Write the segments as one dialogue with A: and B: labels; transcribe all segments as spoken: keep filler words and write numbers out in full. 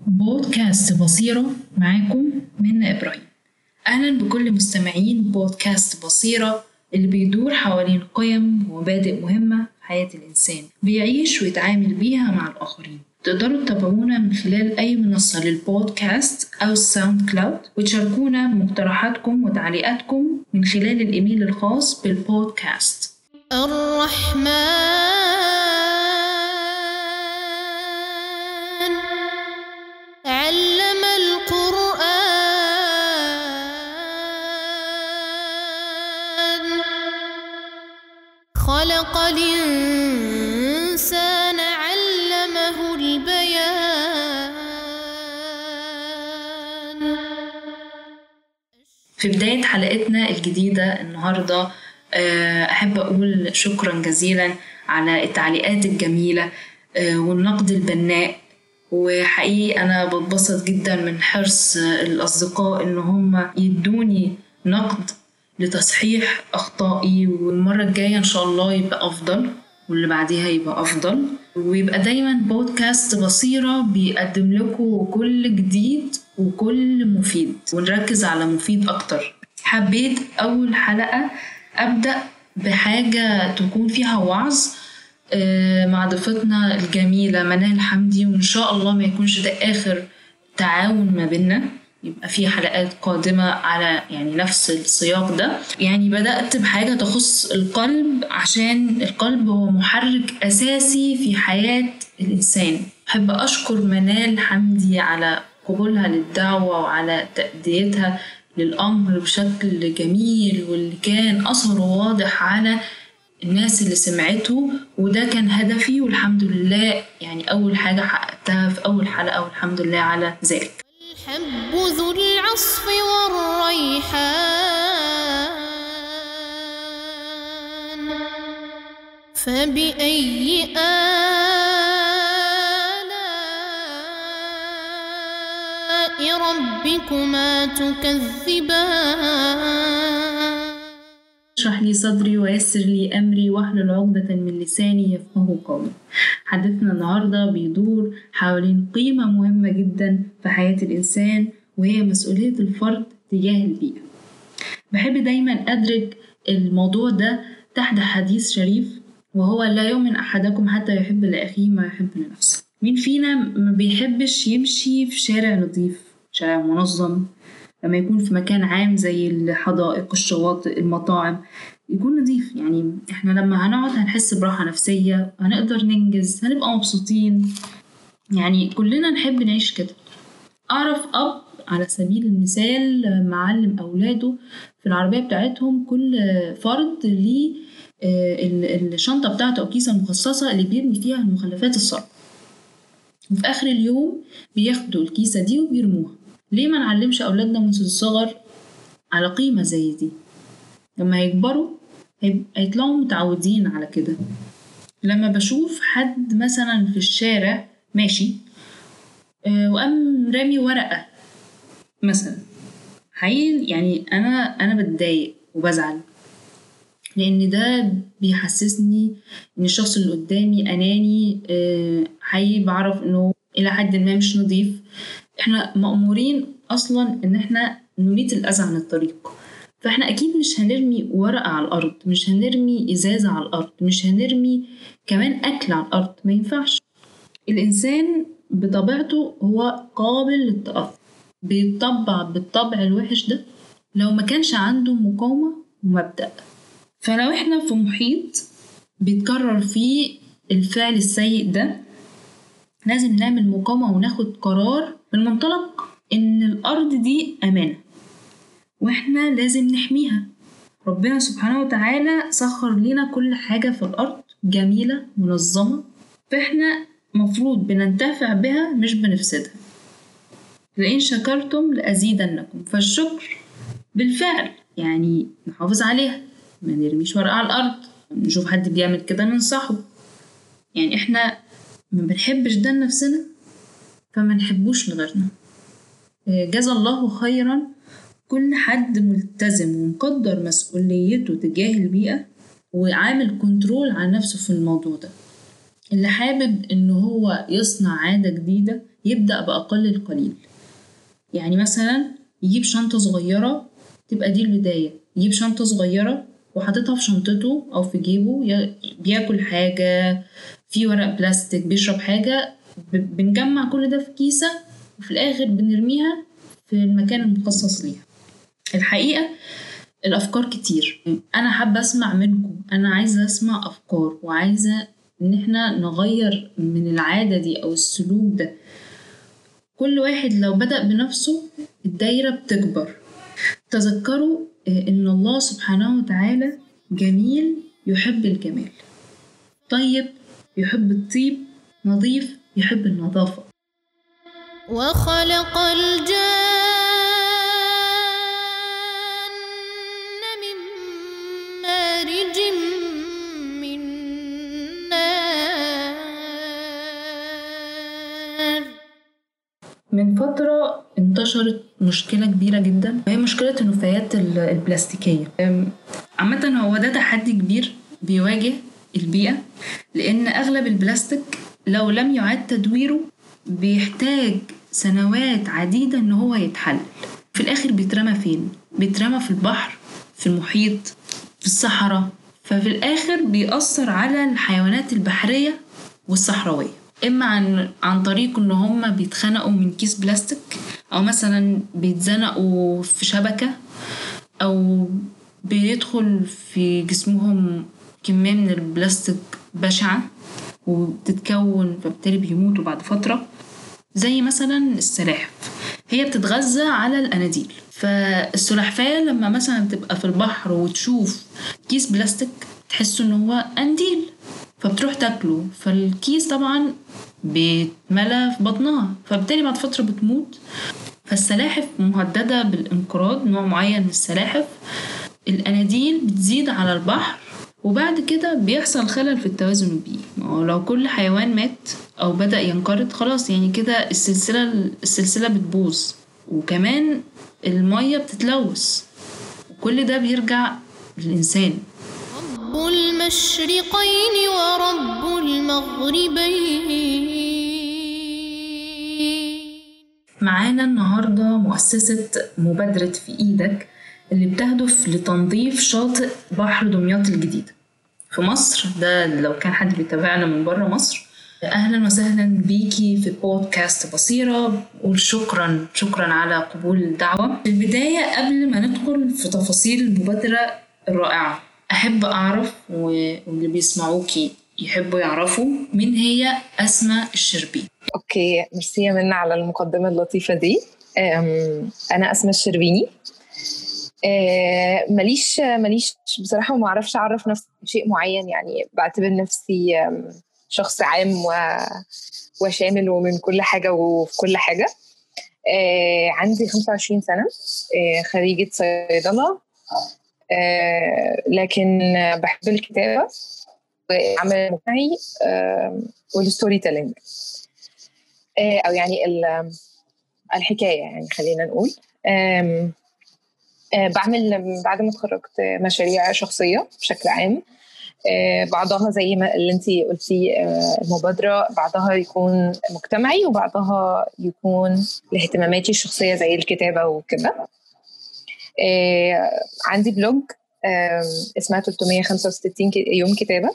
A: بودكاست بصيرة معاكم منى إبراهيم. أهلا بكل مستمعين بودكاست بصيرة اللي بيدور حوالين قيم ومبادئ مهمة في حياة الإنسان بيعيش ويتعامل بيها مع الآخرين. تقدروا تتابعونا من خلال أي منصة للبودكاست أو الساوند كلاود، وتشاركونا بمقترحاتكم وتعليقاتكم من خلال الإيميل الخاص بالبودكاست.
B: الرحمن علم القرآن خلق الإنسان علمه البيان.
A: في بداية حلقتنا الجديدة النهاردة أحب أقول شكرا جزيلا على التعليقات الجميلة والنقد البناء، وحقيقي أنا بتبسط جدا من حرص الأصدقاء إن هم يدوني نقد لتصحيح أخطائي، والمرة الجاية إن شاء الله يبقى أفضل واللي بعديها يبقى أفضل، ويبقى دايما بودكاست بصيرة بيقدم لكم كل جديد وكل مفيد، ونركز على مفيد أكتر. حبيت أول حلقة أبدأ بحاجة تكون فيها وعظ مع ضيفتنا الجميلة منال حمدي، وإن شاء الله ما يكونش ده آخر تعاون ما بيننا، يبقى في حلقات قادمة على يعني نفس السياق ده. يعني بدأت بحاجة تخص القلب، عشان القلب هو محرك أساسي في حياة الإنسان. أحب أشكر منال حمدي على قبولها للدعوة وعلى تأديتها للأمر بشكل جميل، واللي كان أثره واضح على الناس اللي سمعته، وده كان هدفي والحمد لله. يعني أول حاجة حققتها في أول حلقة والحمد لله على ذلك.
B: الحب ذو العصف والريحان فبأي آلاء ربكما تكذبان.
A: اشرح لي صدري ويسر لي أمري واحلل عقدة من لساني يفقهوا قولي. حديثنا النهاردة بيدور حوالين قيمة مهمة جدا في حياة الإنسان، وهي مسؤولية الفرد تجاه البيئة. بحب دايما أدرج الموضوع ده تحت حديث شريف، وهو لا يؤمن أحدكم حتى يحب لأخيه ما يحب لنفسه. مين فينا ما بيحبش يمشي في شارع نظيف، شارع منظم، لما يكون في مكان عام زي الحدائق، الشواطئ، المطاعم، يكون نظيف؟ يعني احنا لما هنقعد هنحس براحة نفسية، هنقدر ننجز، هنبقى مبسوطين. يعني كلنا نحب نعيش كده. أعرف أب على سبيل المثال معلم أولاده في العربية بتاعتهم كل فرد ليه الشنطة بتاعته أو كيسة مخصصة اللي بيرمي فيها المخلفات الصلبة، وفي آخر اليوم بياخدوا الكيسة دي وبيرموها. ليه ما نعلمش أولادنا منذ الصغر على قيمة زي دي؟ لما يكبروا هيطلعوا متعودين على كده. لما بشوف حد مثلا في الشارع ماشي وقام رامي ورقة مثلا، حقيقي يعني أنا أنا بتضايق وبزعل، لأن ده بيحسسني إن الشخص اللي قدامي أناني. حقيقي بعرف إنه إلى حد ما مش نظيف. إحنا مأمورين أصلا إن إحنا نميت الأذى عن الطريق، فإحنا أكيد مش هنرمي ورقة على الأرض، مش هنرمي إزازة على الأرض، مش هنرمي كمان أكل على الأرض. ما ينفعش. الإنسان بطبيعته هو قابل للتأثر، بيتطبع بالطبع الوحش ده لو ما كانش عنده مقاومة ومبدأ. فلو إحنا في محيط بيتكرر فيه الفعل السيء ده، لازم نعمل مقاومة وناخد قرار من منطلق إن الأرض دي أمانة وإحنا لازم نحميها. ربنا سبحانه وتعالى سخر لنا كل حاجة في الأرض جميلة منظمة، فإحنا مفروض بننتفع بها مش بنفسدها. لئن شكرتم لأزيدنكم، فالشكر بالفعل يعني نحافظ عليها، ما نرميش ورقة على الأرض. نشوف حد بيعمل كده ننصحه. يعني إحنا ما بنحبش ده لنفسنا فما نحبوش لغيرنا. جزا الله خيرا كل حد ملتزم ومقدر مسؤوليته تجاه البيئة وعامل كنترول على نفسه في الموضوع ده. اللي حابب إنه هو يصنع عادة جديدة يبدأ بأقل القليل. يعني مثلا يجيب شنطة صغيرة تبقى دي البداية، يجيب شنطة صغيرة وحاططها في شنطته أو في جيبه، بياكل حاجة في ورق بلاستيك، بيشرب حاجة، بنجمع كل ده في كيسة وفي الآخر بنرميها في المكان المخصص ليها. الحقيقة الأفكار كتير، أنا حابة أسمع منكم، أنا عايزة أسمع أفكار وعايزة إن إحنا نغير من العادة دي أو السلوك ده. كل واحد لو بدأ بنفسه الدايرة بتكبر. تذكروا إن الله سبحانه وتعالى جميل يحب الجمال، طيب يحب الطيب، نظيف يحب النظافة.
B: وخلق الجان من مارج من نار.
A: من فترة انتشرت مشكلة كبيرة جدا، وهي مشكلة النفايات البلاستيكية. عامة هو ده تحدي كبير بيواجه البيئة، لأن أغلب البلاستيك لو لم يعاد تدويره بيحتاج سنوات عديدة إن هو يتحلل. في الآخر بيترمى فين؟ بيترمى في البحر، في المحيط، في الصحراء. ففي الآخر بيأثر على الحيوانات البحرية والصحراوية، إما عن, عن طريق إن هم بيتخنقوا من كيس بلاستيك، أو مثلا بيتزنقوا في شبكة، أو بيدخل في جسمهم كمية من البلاستيك بشعة وبتتكون فبالتالي بيموتوا بعد فترة. زي مثلا السلاحف، هي بتتغذى على الأناديل، فالسلحفاة لما مثلا تبقى في البحر وتشوف كيس بلاستيك تحس إنه هو أنديل، فبتروح تاكله، فالكيس طبعا بيتملى في بطنها، فبالتالي بعد فترة بتموت. فالسلاحف مهددة بالانقراض، نوع معين من السلاحف. الأناديل بتزيد على البحر وبعد كده بيحصل خلل في التوازن البيئي. لو كل حيوان مات أو بدأ ينقرض خلاص، يعني كده السلسلة السلسلة بتبوظ، وكمان المية بتتلوث، وكل ده بيرجع للإنسان.
B: رب المشرقين ورب المغربين.
A: معانا النهاردة مؤسسة مبادرة في إيدك، اللي بتهدف لتنظيف شاطئ بحر دمياط الجديد في مصر. ده لو كان حد بيتابعنا من برا مصر. أهلا وسهلا بيكي في بودكاست بصيرة، وشكرا شكرا على قبول الدعوة. في البداية قبل ما ندخل في تفاصيل المبادرة الرائعة، أحب أعرف واللي بيسمعوكي يحبوا يعرفوا مين هي أسماء الشربيني.
C: أوكي، ميرسي منا على المقدمة اللطيفة دي. أنا أسماء الشربيني. ماليش ماليش بصراحة ما أعرفش أعرف نفسي شيء معين، يعني بعتبر نفسي شخص عام وشامل ومن كل حاجة وفي كل حاجة. عندي خمسة وعشرين سنة، خريجة صيدلة، لكن بحب الكتابة والعمل المجتمعي والستوري تيلينج، أو يعني الحكاية، يعني خلينا نقول. بعمل بعد ما اتخرجت مشاريع شخصية بشكل عام، بعضها زي ما اللي انتي قلتي المبادرة، بعضها يكون مجتمعي وبعضها يكون لاهتماماتي الشخصية زي الكتابة وكده. عندي بلوج اسمها ثلاثمية وخمسة وستين يوم كتابة،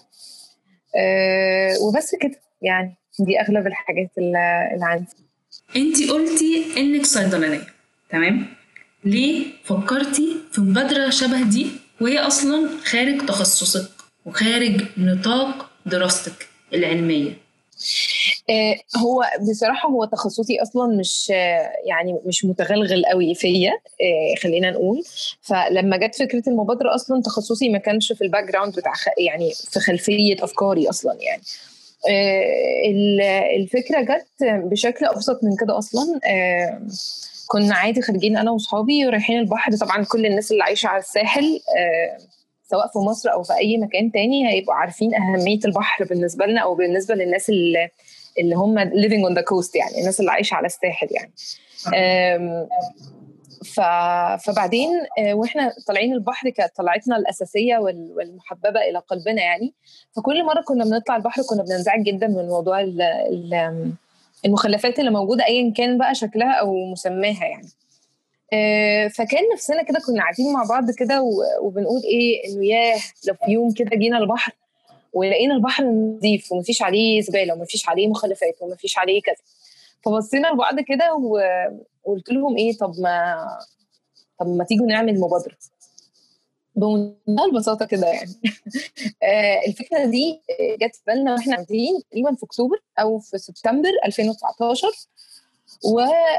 C: وبس كده. يعني دي أغلب الحاجات اللي عندي.
A: انتي قلتي انك صيدلانية، تمام؟ ليه فكرتي في مبادرة شبه دي وهي أصلا خارج تخصصك وخارج نطاق دراستك العلمية؟
C: هو بصراحة هو تخصصي أصلا مش يعني مش متغلغل قوي فيا، خلينا نقول. فلما جت فكرة المبادرة أصلا تخصصي ما كانش في الباك جراوند بتاع، يعني في خلفية أفكاري أصلا. يعني الفكرة جت بشكل أبسط من كده أصلا. كنا عادي خارجين أنا وصحابي ورايحين البحر. طبعا كل الناس اللي عايشة على الساحل سواء في مصر أو في أي مكان تاني هيبقوا عارفين أهمية البحر بالنسبة لنا، أو بالنسبة للناس اللي, اللي هم living on the coast، يعني الناس اللي عايشة على الساحل يعني. ف... فبعدين وإحنا طالعين البحر كانت طلعتنا الأساسية والمحببة إلى قلبنا يعني. فكل مرة كنا بنطلع البحر كنا بننزعج جدا من موضوع ال... ال... المخلفات اللي موجوده ايا كان بقى شكلها او مسماها يعني. آه، فكان نفسنا كده كنا قاعدين مع بعض كده وبنقول ايه انه ياه لو في يوم كده جينا البحر ولقينا البحر نظيف ومفيش عليه زباله ومفيش عليه مخلفات ومفيش عليه كذا. فبصينا لبعض كده وقلت لهم ايه طب ما طب ما تيجوا نعمل مبادره بمنتهى البساطه كده يعني. آه، الفكره دي جت في بالنا واحنا قاعدين تقريبا في اكتوبر او في سبتمبر ألفين وتسعتاشر. و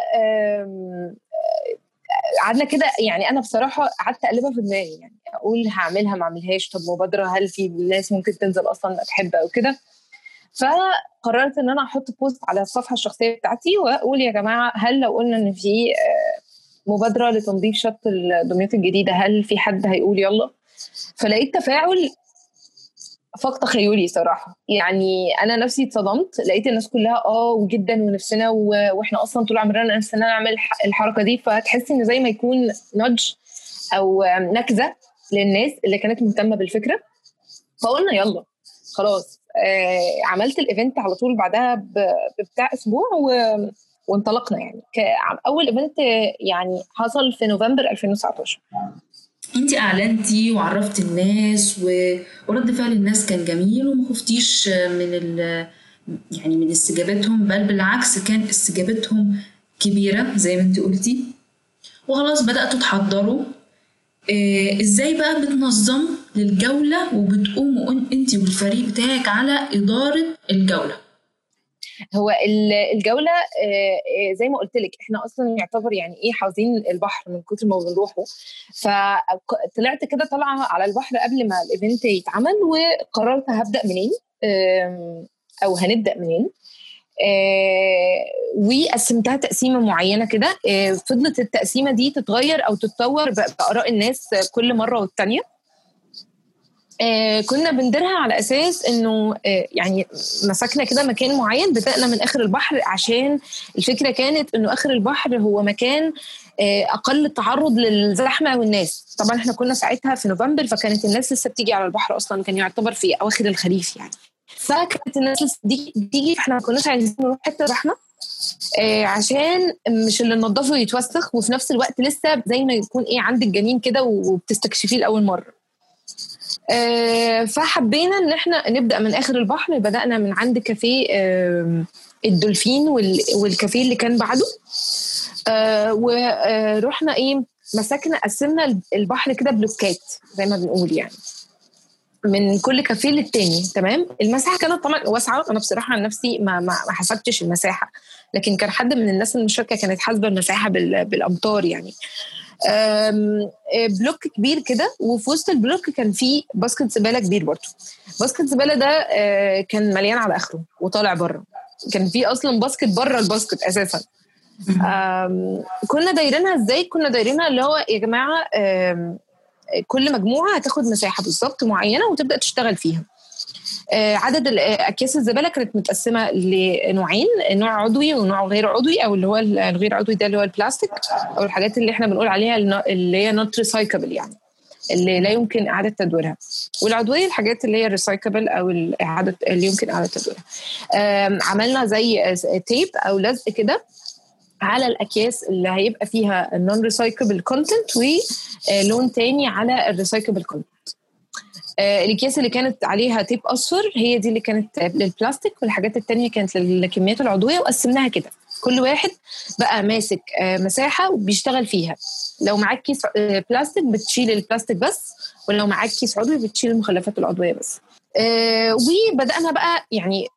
C: قعدنا كده يعني انا بصراحه قعدت اقلبها في دماغي يعني اقول هعملها ما اعملهاش. طب مبادره هل في ناس ممكن تنزل اصلا تحب او كده؟ فقررت ان انا احط بوست على الصفحه الشخصيه بتاعتي واقول يا جماعه هل لو قلنا ان في مبادره لتنظيف شط دمياط الجديده هل في حد هيقول يلا؟ فلقيت تفاعل فوق تخيلي صراحه يعني. انا نفسي اتصدمت لقيت الناس كلها اه وجدا ونفسنا واحنا اصلا طول عمرنا نفسنا نعمل الحركه دي. فتحسي ان زي ما يكون نudge او نكزه للناس اللي كانت مهتمه بالفكره. فقلنا يلا خلاص. آه عملت الايفنت على طول بعدها بتاع اسبوع و... وانطلقنا يعني. اول ايفنت يعني حصل في نوفمبر ألفين وتسعتاشر.
A: انتي اعلنتي وعرفتي الناس و... ورد فعل الناس كان جميل وما خفتيش من ال... يعني من استجابتهم، بل بالعكس كان استجابتهم كبيرة زي ما انتي قلتي. وخلاص بدأتوا تحضروا. إيه ازاي بقى بتنظم للجولة وبتقوموا انتي والفريق بتاعك على إدارة الجولة؟
C: هو الجولة زي ما قلت لك احنا اصلا يعتبر يعني ايه حافظين البحر من كتر ما بنروحه. فطلعت كده طالعة على البحر قبل ما الايفنت يتعمل وقررت هبدأ منين او هنبدأ منين. وقسمتها تقسيمة معينة كده. فضلت التقسيمة دي تتغير او تتطور بآراء الناس كل مرة والتانية. آه كنا بنديرها على أساس إنه آه يعني مسكنا كده مكان معين بدأنا من آخر البحر عشان الفكرة كانت إنه آخر البحر هو مكان آه أقل تعرض للزحمة والناس. طبعا إحنا كنا ساعتها في نوفمبر فكانت الناس لسه بتيجي على البحر أصلا كان يعتبر في أواخر الخريف يعني. فكانت الناس لسه بتيجي فإحنا ما كناش عايزين نروح حتة زحمة آه عشان مش اللي ننضفه يتوسخ وفي نفس الوقت لسه زي ما يكون إيه عندك جنين كده وبتستكشفيه لأول مرة. أه فحبينا ان احنا نبدا من اخر البحر. بدانا من عند كافيه أه الدولفين والكافيه اللي كان بعده. أه ورحنا ايه مسكنا قسمنا البحر كده بلوكات زي ما بنقول يعني من كل كافيه للتاني. تمام. المساحه كانت طبعا واسعه. انا بصراحه عن نفسي ما ما حسبتش المساحه لكن كان حد من الناس المشاركه كانت حاسبه المساحه بالامتار يعني. بلوك كبير كده وفي وسط البلوك كان فيه باسكت زباله كبير برضه. باسكت زباله ده كان مليان على اخره وطالع بره. كان فيه اصلا باسكت بره الباسكت اساسا. كنا دايرينها ازاي؟ كنا دايرينها اللي هو يا جماعه كل مجموعه هتاخد مساحه بالظبط معينه وتبدا تشتغل فيها. عدد اكياس الزباله كانت متقسمه لنوعين، نوع عضوي ونوع غير عضوي. او اللي هو الغير عضوي ده اللي هو البلاستيك او الحاجات اللي احنا بنقول عليها اللي هي نوت ريسايكلبل يعني اللي لا يمكن اعاده تدويرها. والعضويه الحاجات اللي هي ريسايكلبل او الاعاده اللي يمكن اعاده تدويرها. عملنا زي تيب او لزق كده على الاكياس اللي هيبقى فيها النون ريسايكلبل كونتنت ولون تاني على الريسايكلبل كونتنت. الأكياس اللي كانت عليها تيب أصفر هي دي اللي كانت للبلاستيك والحاجات التانية كانت للكميات العضوية. وقسمناها كده كل واحد بقى ماسك مساحة وبيشتغل فيها. لو معاك كيس بلاستيك بتشيل البلاستيك بس ولو معاك كيس عضوي بتشيل المخلفات العضوية بس. وبدأنا بقى يعني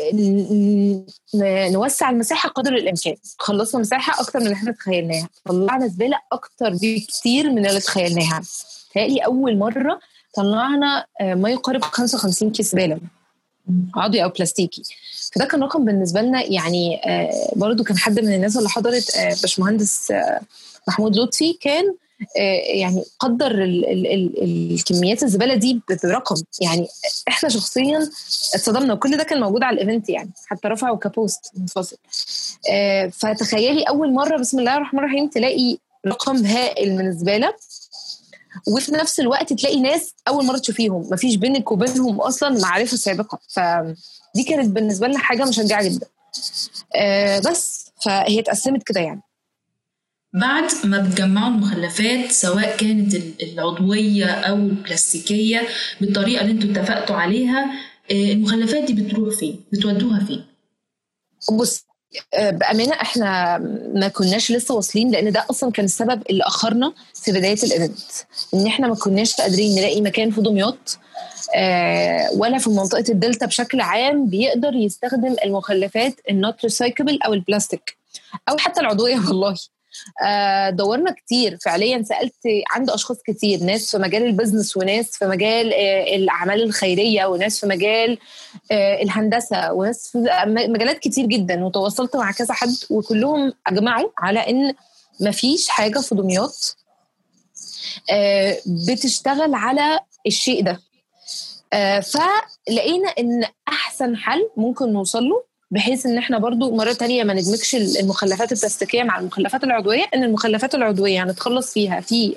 C: نوسع المساحة قدر الإمكان. خلصنا مساحة أكتر من اللي احنا تخيلناها. طلعنا زبالة أكتر بكتير من اللي تخيلناها. تهيألي أول مرة طلعنا ما يقارب خمسة وخمسين كيس زبالة عضوي أو بلاستيكي. فده كان رقم بالنسبة لنا يعني. برضو كان حد من الناس اللي حضرت باشمهندس محمود لطفي كان يعني قدر ال ال ال الكميات الزبالة دي برقم يعني احنا شخصيا اتصدمنا. وكل ده كان موجود على الايفنت يعني حتى رفعوا كبوست منفصل. فتخيلي أول مرة بسم الله الرحمن الرحيم تلاقي رقم هائل من الزبالة وفي نفس الوقت تلاقي ناس أول مرة تشوفيهم مفيش بينك وبينهم أصلا معرفة سابقة. فدي كانت بالنسبة لنا حاجة مشجعة جدا. آه بس فهي اتقسمت كده يعني.
A: بعد ما بتجمعوا المخلفات سواء كانت العضوية أو البلاستيكية بالطريقة اللي انتوا اتفقتوا عليها، المخلفات دي بتروح فين؟ بتودوها فين؟
C: بص بأمانة احنا ما كناش لسه واصلين، لأن ده أصلا كان السبب اللي أخرنا في بداية الإيفنت، إن احنا ما كناش قادرين نلاقي مكان في دمياط آه ولا في منطقة الدلتا بشكل عام بيقدر يستخدم المخلفات النوت ريسايكبل أو البلاستيك أو حتى العضوية. والله آه دورنا كتير فعليا، سألت عند أشخاص كتير، ناس في مجال البزنس وناس في مجال آه الأعمال الخيرية وناس في مجال آه الهندسة وناس في مجالات كتير جدا، وتواصلت مع كذا حد وكلهم أجمعوا على إن مفيش حاجة في دمياط آه بتشتغل على الشيء ده. آه فلقينا إن أحسن حل ممكن نوصل له بحيث ان احنا برضو مرة تانية ما ندمجش المخلفات البلاستيكية مع المخلفات العضوية، ان المخلفات العضوية هنتخلص فيها في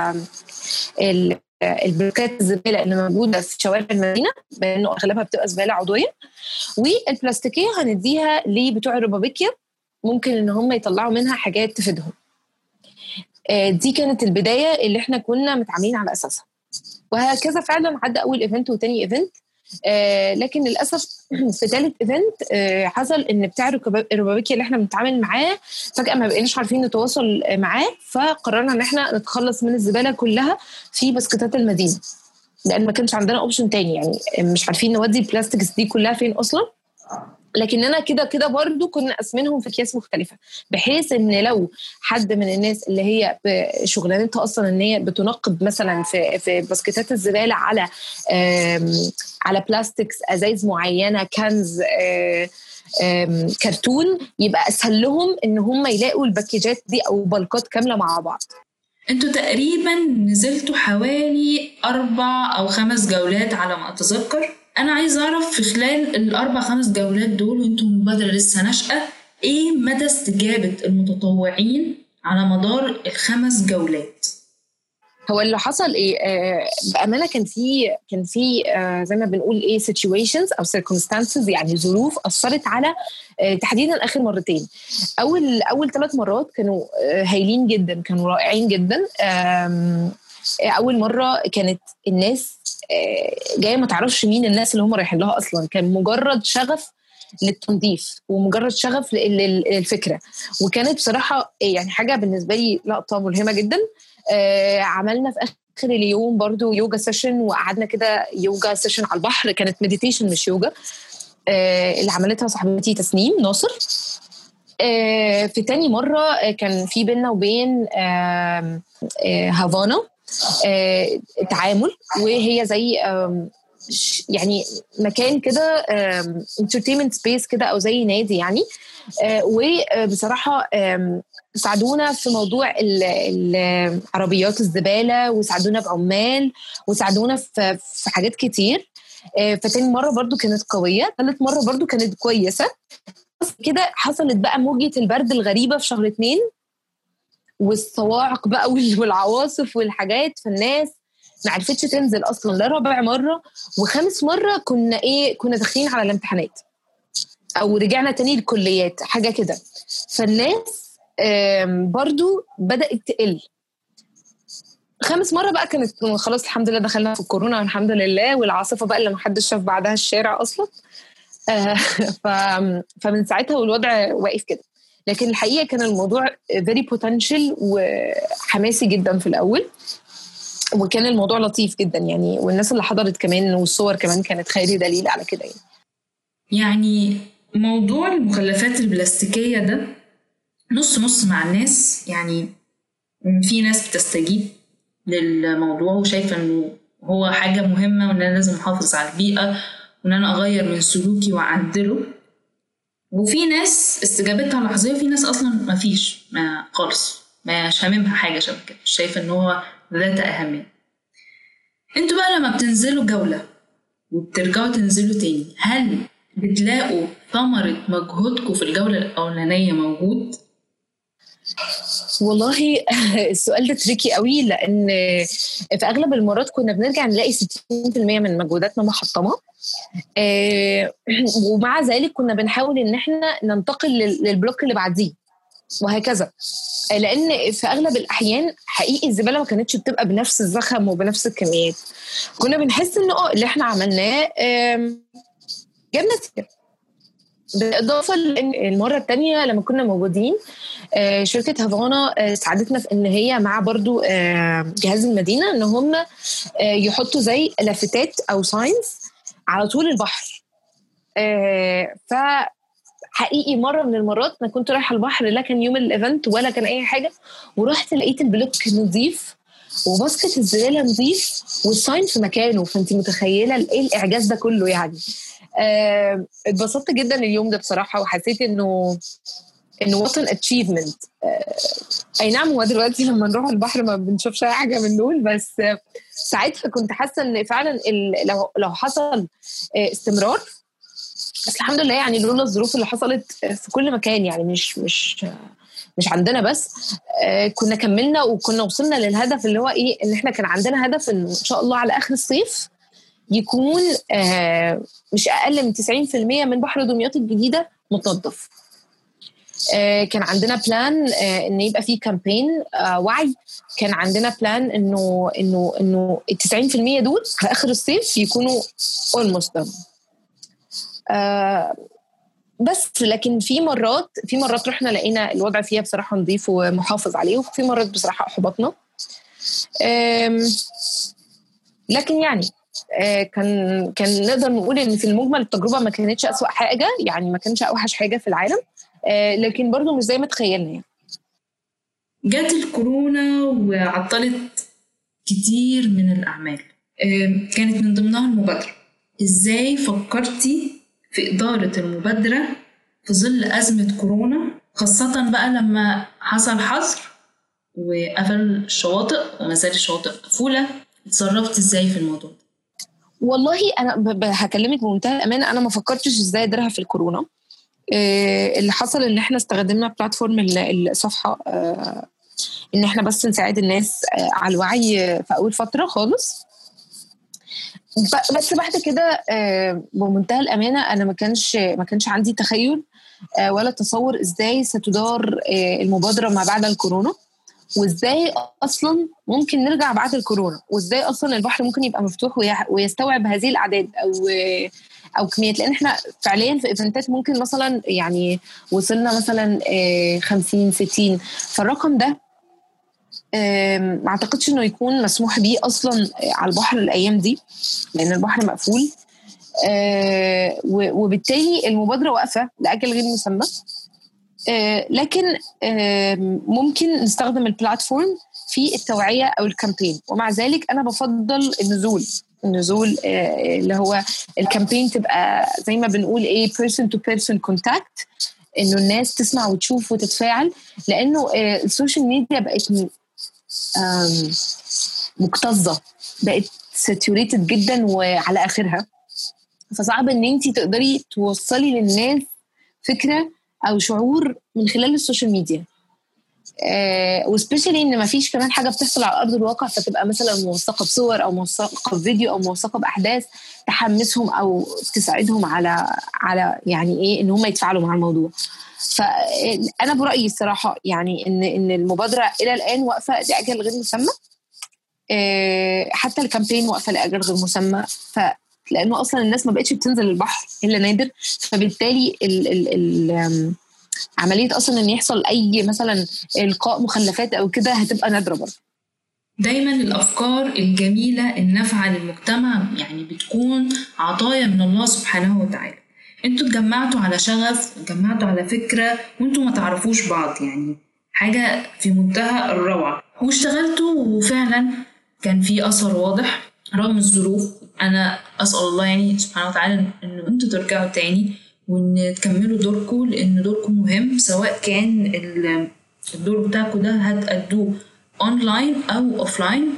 C: البركات الزبالة اللي موجودة في شوارع المدينة بأنه أغلبها بتبقى زبالة عضوية، والبلاستيكية هنديها لبتوع الربابيكيا ممكن ان هم يطلعوا منها حاجات تفيدهم. دي كانت البداية اللي احنا كنا متعاملين على أساسها، وهكذا فعلا عدى أول إيفنت وتاني إيفنت. آه لكن للأسف في ثالث إيفنت آه حصل إن بتاع الربابيكيا اللي احنا بنتعامل معاه فجأة ما بقيناش عارفين نتواصل معاه، فقررنا إن احنا نتخلص من الزبالة كلها في بسكتات المدينة، لأن ما كانش عندنا أوبشن تاني، يعني مش عارفين نودي البلاستيكس دي كلها فين أصلا. لكننا كده كده برضو كنا قسمينهم في اكياس مختلفه، بحيث ان لو حد من الناس اللي هي شغلانتها اصلا ان هي بتنقب مثلا في في باسكتات الزباله على على بلاستيكس، ازايز معينه، كنز، كرتون، يبقى اسهل لهم ان هم يلاقوا الباكيجات دي او بالكات كامله مع بعض.
A: انتوا تقريبا نزلتوا حوالي اربع او خمس جولات على ما اتذكر. انا عايز اعرف في خلال الاربع خمس جولات دول وانتم مبادرة لسه ناشئة، ايه مدى استجابة المتطوعين على مدار الخمس جولات؟
C: هو اللي حصل ايه آه بامانه كان في كان في آه زي ما بنقول ايه situations او circumstances، يعني ظروف اثرت على آه تحديدا اخر مرتين. اول اول ثلاث مرات كانوا آه هايلين جدا، كانوا رائعين جدا. آه اول مره كانت الناس آه جايه ما تعرفش مين الناس اللي هم رايحين لها اصلا، كان مجرد شغف للتنظيف ومجرد شغف للفكره، وكانت بصراحه يعني حاجه بالنسبه لي لقطه ملهمه جدا. آه عملنا في اخر اليوم برضو يوجا سيشن، وقعدنا كده يوجا سيشن على البحر، كانت مديتيشن مش يوجا، آه اللي عملتها صاحبتي تسنيم ناصر. آه في تاني مرة كان في بيننا وبين آه آه هافانا آه تعامل، وهي زي آه يعني مكان كده انترتينمنت سبيس كده او زي نادي يعني. آه وبصراحه آه ساعدونا في موضوع عربيات الزباله، وساعدونا بعمال، وساعدونا في في حاجات كتير. آه فتاني مره برضو كانت قويه، ثالث مره برضو كانت كويسه. بس كده حصلت بقى موجه البرد الغريبه في شهر اتنين، والصواعق بقى والعواصف والحاجات، فالناس ما عرفتش تنزل اصلا. لا رابع مره وخامس مره كنا ايه كنا داخلين على الامتحانات او رجعنا تاني الكليات حاجه كده، فالناس برضو بدات تقل. خامس مره بقى كانت خلاص الحمد لله دخلنا في الكورونا الحمد لله، والعاصفه بقى اللي محدش شاف بعدها الشارع اصلا. فمن ساعتها والوضع واقف كده. لكن الحقيقه كان الموضوع very potential وحماسي جدا في الاول، وكان الموضوع لطيف جدا يعني، والناس اللي حضرت كمان والصور كمان كانت خيري دليل على كده يعني.
A: يعني موضوع المخلفات البلاستيكية ده نص نص مع الناس، يعني في ناس بتستجيب للموضوع وشايفة انه هو حاجة مهمة وان انا لازم احافظ على البيئة وان انا اغير من سلوكي واعدله، وفي ناس استجابتها لحظية، وفي ناس اصلا ما فيش ما خالص ما شاممها حاجة شبه كده، مش شايفة ان هو ذات أهمية. انتوا بقى لما بتنزلوا جولة وبترجعوا تنزلوا تاني، هل بتلاقوا ثمرة مجهودكم في الجولة الأولانية موجود؟
C: والله السؤال ده تريكي قوي، لان في اغلب المرات كنا بنرجع نلاقي ستين بالمية من مجهوداتنا محطمه. آه، ومع ذلك كنا بنحاول ان احنا ننتقل لل- للبلوك اللي بعديه وهكذا. آه، لان في اغلب الاحيان حقيقي الزباله ما كانتش بتبقى بنفس الزخم وبنفس الكميات. كنا بنحس انه اه اللي احنا عملناه آم، جاب نتيجه. بالاضافه لان المره الثانيه لما كنا موجودين آه، شركه هافانا آه، ساعدتنا في ان هي مع برضو آه، جهاز المدينه ان هم آه، يحطوا زي لافتات او ساينز على طول البحر. آه، فحقيقي مره من المرات انا كنت رايحه البحر، لا كان يوم الايفنت ولا كان اي حاجه، ورحت لقيت البلوك نظيف وباسكت الزباله نظيف والساين في مكانه. فانت متخيله ايه الاعجاز ده كله يعني. آه، اتبسطت جدا اليوم ده بصراحه، وحسيت انه انه وطن اتشيفمنت. اي نعم هو دلوقتي لما نروح البحر ما بنشوفش اي حاجه من دول، بس آه، ساعتها كنت حاسه ان فعلا ال- لو لو حصل آه، استمرار. بس الحمد لله يعني لولا الظروف اللي حصلت في كل مكان، يعني مش مش مش عندنا بس، آه، كنا كملنا وكنا وصلنا للهدف اللي هو ايه، ان احنا كان عندنا هدف ان ان شاء الله على اخر الصيف يكون آه، مش اقل من تسعين بالمية من بحر دمياط الجديده متنظف. آه، كان عندنا بلان آه، ان يبقى فيه كامبين آه، وعي. كان عندنا بلان انه انه انه ال تسعين بالمية دول في اخر الصيف يكونوا almost done. آه، بس لكن في مرات في مرات رحنا لقينا الوضع فيها بصراحه نظيف ومحافظ عليه، وفي مرات بصراحه احبطنا. آم، لكن يعني آه، كان كان نقدر نقول ان في المجمل التجربه ما كانتش اسوأ حاجه، يعني ما كانش اوحش حاجه في العالم. آه، لكن برضو مش زي ما تخيلنا يعني.
A: جات الكورونا وعطلت كتير من الأعمال، آم، كانت من ضمنها المبادرة. إزاي فكرتي في إدارة المبادرة في ظل أزمة كورونا، خاصة بقى لما حصل حظر وقفل الشواطئ وما زال الشواطئ مقفولة؟ اتصرفت إزاي في الموضوع ده؟
C: والله انا ب- ب- هكلمك بمنتهى الامانه، انا ما فكرتش ازاي اديرها في الكورونا. آه، اللي حصل ان احنا استخدمنا بلاتفورم ال- الصفحه، آه، ان احنا بس نساعد الناس آه، على الوعي في اول فتره خالص. ب- بس بعد كده آه، بمنتهى الامانه انا ما كانش ما كانش عندي تخيل آه، ولا تصور ازاي ستدار آه، المبادره ما بعد الكورونا، وازاي اصلا ممكن نرجع بعد الكورونا، وازاي اصلا البحر ممكن يبقى مفتوح ويح- ويستوعب هذه الاعداد او او كميات. لان احنا فعليا في ايفنتات ممكن مثلا يعني وصلنا مثلا آه، خمسين ستين، فالرقم ده آم، ما اعتقدش انه يكون مسموح بيه اصلا على البحر الايام دي، لان البحر مقفول. آه، و- وبالتالي المبادره واقفه لاجل غير مسمى. آه، لكن آه، ممكن نستخدم البلاتفورم في التوعيه او الكامبين، ومع ذلك انا بفضل النزول النزول آه، اللي هو الكامبين تبقى زي ما بنقول ايه person to person contact، انه الناس تسمع وتشوف وتتفاعل. لانه آه، السوشيال ميديا بقت م- آم، مكتظه، بقت ساتوريتد جدا وعلى اخرها، فصعب ان انت تقدري توصلي للناس فكره او شعور من خلال السوشيال ميديا. آه وسبيشالي ان ما فيش كمان حاجه بتحصل على ارض الواقع، فتبقى مثلا موثقه بصور او موثقه بفيديو او موثقه باحداث تحمسهم او تساعدهم على على يعني ايه ان هم يتفاعلوا مع الموضوع. فانا برايي الصراحه يعني ان ان المبادره الى الان واقفه لاجل غير مسمى. آه حتى الكامبين واقفه لاجل غير مسمى، ف لانه اصلا الناس ما بقتش بتنزل البحر الا نادر، فبالتالي ال ال ال عمليه اصلا ان يحصل اي مثلا القاء مخلفات او كده هتبقى نادره برضه.
A: دايما الأفكار الجميلة النافعة للمجتمع يعني بتكون عطايا من الله سبحانه وتعالى. انتوا اتجمعتوا على شغف، اتجمعتوا على فكرة وانتوا ما تعرفوش بعض، يعني حاجة في منتهى الروعة، واشتغلتوا وفعلا كان في أثر واضح رغم الظروف. أنا أسأل الله يعني سبحانه وتعالى إنه انتوا ترجعوا تاني وإن تكملوا دوركم، لأن دوركم مهم، سواء كان الدور بتاعكم ده هتأدوه اونلاين او اوفلاين.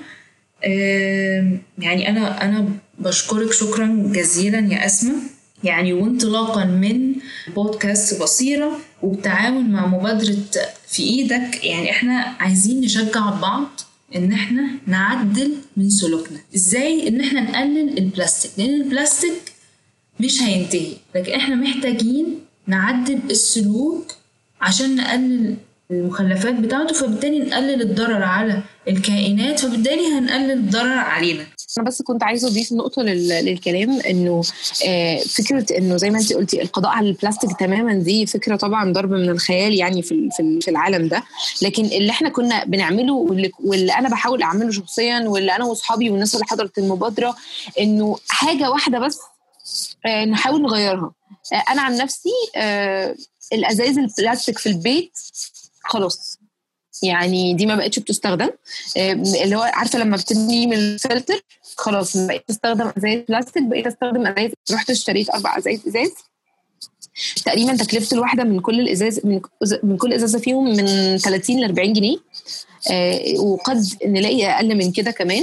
A: يعني انا انا بشكرك شكرا جزيلا يا اسماء، يعني وانطلاقا من بودكاست بصيرة وبتعاون مع مبادرة في ايدك. يعني احنا عايزين نشجع بعض ان احنا نعدل من سلوكنا. ازاي؟ ان احنا نقلل البلاستيك، لان البلاستيك مش هينتهي، لكن احنا محتاجين نعدل السلوك عشان نقلل المخلفات بتاعته، فبالتالي نقلل الضرر على الكائنات، فبالتالي هنقلل الضرر علينا.
C: انا بس كنت عايزه اضيف نقطه للكلام، انه فكره انه زي ما انت قلتي القضاء على البلاستيك تماما، دي فكره طبعا ضرب من الخيال يعني في في العالم ده. لكن اللي احنا كنا بنعمله واللي, واللي انا بحاول اعمله شخصيا، واللي انا واصحابي والناس اللي حضرت المبادره، انه حاجه واحده بس نحاول نغيرها. انا عن نفسي الازايز البلاستيك في البيت خلاص يعني دي ما بقتش بتستخدم. اللي هو عارفه لما بتبني من الفلتر خلاص ما بقيت استخدم ازايز بلاستيك، بقيت استخدم ازايز. رحت اشتريت اربع ازايز ازاز تقريبا تكلفه الواحده من كل الازاز من, من كل ازازه فيهم من ثلاثين ل أربعين جنيه، وقد نلاقي اقل من كده كمان.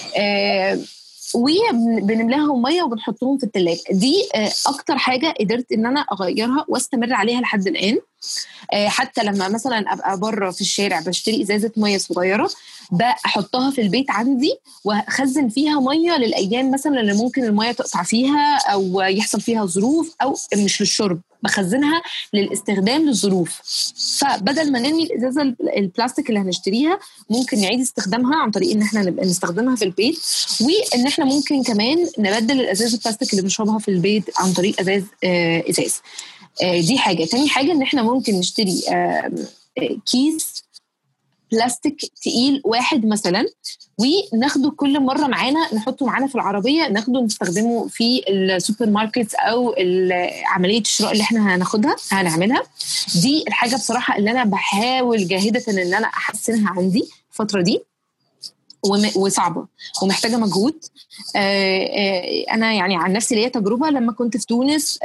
C: وبنملاهم ميه وبنحطهم في الثلاجه. دي اكتر حاجه قدرت ان انا اغيرها واستمر عليها لحد الان. حتى لما مثلا ابقى بره في الشارع بشتري ازازه ميه صغيره بحطها في البيت عندي واخزن فيها ميه للايام مثلا اللي ممكن الميه تقطع فيها او يحصل فيها ظروف، او مش للشرب، بخزنها للاستخدام للظروف. فبدل ما نرمي الازازه البلاستيك اللي هنشتريها ممكن نعيد استخدامها عن طريق ان احنا نبقى نستخدمها في البيت، وان احنا ممكن كمان نبدل الازاز البلاستيك اللي بنشربها في البيت عن طريق ازاز ازاز. دي حاجه. تاني حاجه ان احنا ممكن نشتري كيس بلاستيك تقيل واحد مثلا، وناخده كل مرة معانا، نحطه معانا في العربية، ناخده نستخدمه في السوبر ماركت أو عملية الشراء اللي احنا هناخدها هنعملها. دي الحاجة بصراحة اللي أنا بحاول جاهدة إن أنا أحسنها عندي الفترة دي، وصعبة ومحتاجة مجهود. أنا يعني عن نفسي ليا تجربة لما كنت في تونس،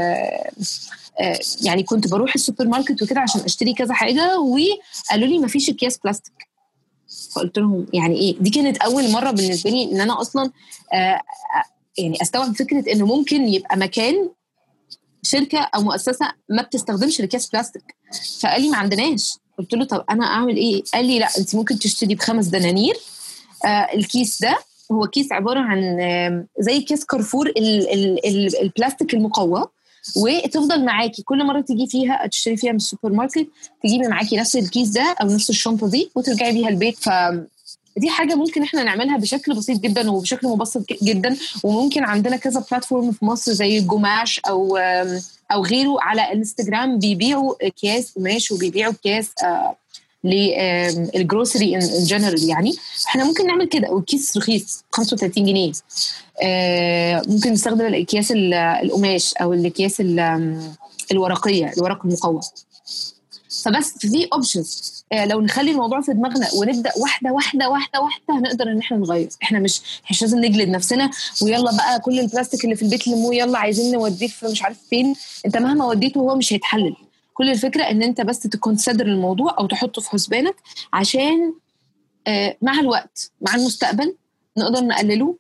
C: يعني كنت بروح السوبر ماركت وكده عشان اشتري كذا حاجة، وقالوا لي مفيش اكياس بلاستيك. فقلت لهم يعني ايه؟ دي كانت اول مرة بالنسبة لي ان انا اصلا يعني استوعب فكرة انه ممكن يبقى مكان شركة او مؤسسة ما بتستخدمش الاكياس بلاستيك. فقال لي ما عندناش. قلت له طب انا اعمل ايه؟ قال لي لا، انت ممكن تشتري بخمس دنانير الكيس ده. هو كيس عبارة عن زي كيس كارفور ال ال ال البلاستيك المقوى، وتفضل معاكي كل مرة تيجي فيها تشتري فيها من السوبر ماركت تجيبي معاكي نفس الكيس ده أو نفس الشنطة دي وترجعي بيها البيت. فدي حاجة ممكن احنا نعملها بشكل بسيط جدا وبشكل مبسط جدا. وممكن عندنا كذا بلاتفورم في مصر زي جوماش أو أو غيره على الانستجرام بيبيعوا أكياس قماش وبيبيعوا أكياس للجروسري ان جنرال. يعني احنا ممكن نعمل كده. والكيس رخيص خمسة وثلاثين جنيه. ممكن نستخدم الاكياس القماش او الاكياس الورقيه، الورق المقوى. فبس في اوبشنز. لو نخلي الموضوع في دماغنا ونبدا واحده واحده واحده واحده هنقدر ان احنا نغير. احنا مش مش لازم نجلد نفسنا ويلا بقى كل البلاستيك اللي في البيت لموه يلا عايزين نوديه في مش عارف فين. انت مهما وديته هو مش هيتحلل. كل الفكرة ان انت بس تكونسيدر الموضوع او تحطه في حسبانك عشان مع الوقت مع المستقبل نقدر نقلله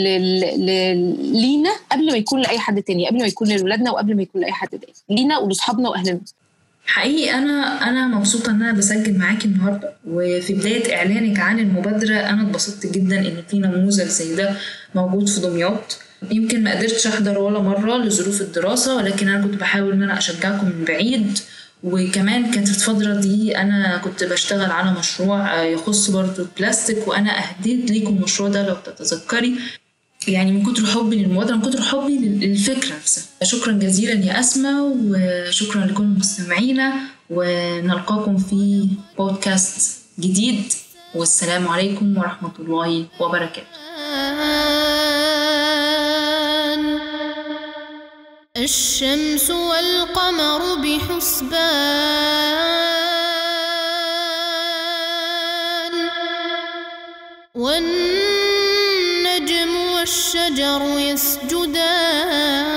C: لينا قبل ما يكون لأي حد تاني، قبل ما يكون لولادنا وقبل ما يكون لأي حد تاني، لينا ولأصحابنا وأهلنا.
A: حقيقي أنا أنا مبسوطة إن أنا بسجل معاكي النهاردة. وفي بداية إعلانك عن المبادرة أنا اتبسطت جدا إن في نموذج زي ده موجود في دمياط. يمكن ما قدرتش أحضر ولا مرة لظروف الدراسة، ولكن أنا كنت بحاول إن أنا أشجعكم من بعيد. وكمان كانت في الفترة دي أنا كنت بشتغل على مشروع يخص برضو البلاستيك، وأنا أهديت ليكم المشروع ده لو تتذكري. يعني من كتر حبي للمبادرة، من كتر حبي للفكرة نفسها. شكرا جزيلا يا أسماء، وشكرا لكل مستمعينا، ونلقاكم في بودكاست جديد. والسلام عليكم ورحمة الله وبركاته.
B: الشمس والقمر بحسبان، والنجم والشجر يسجدان.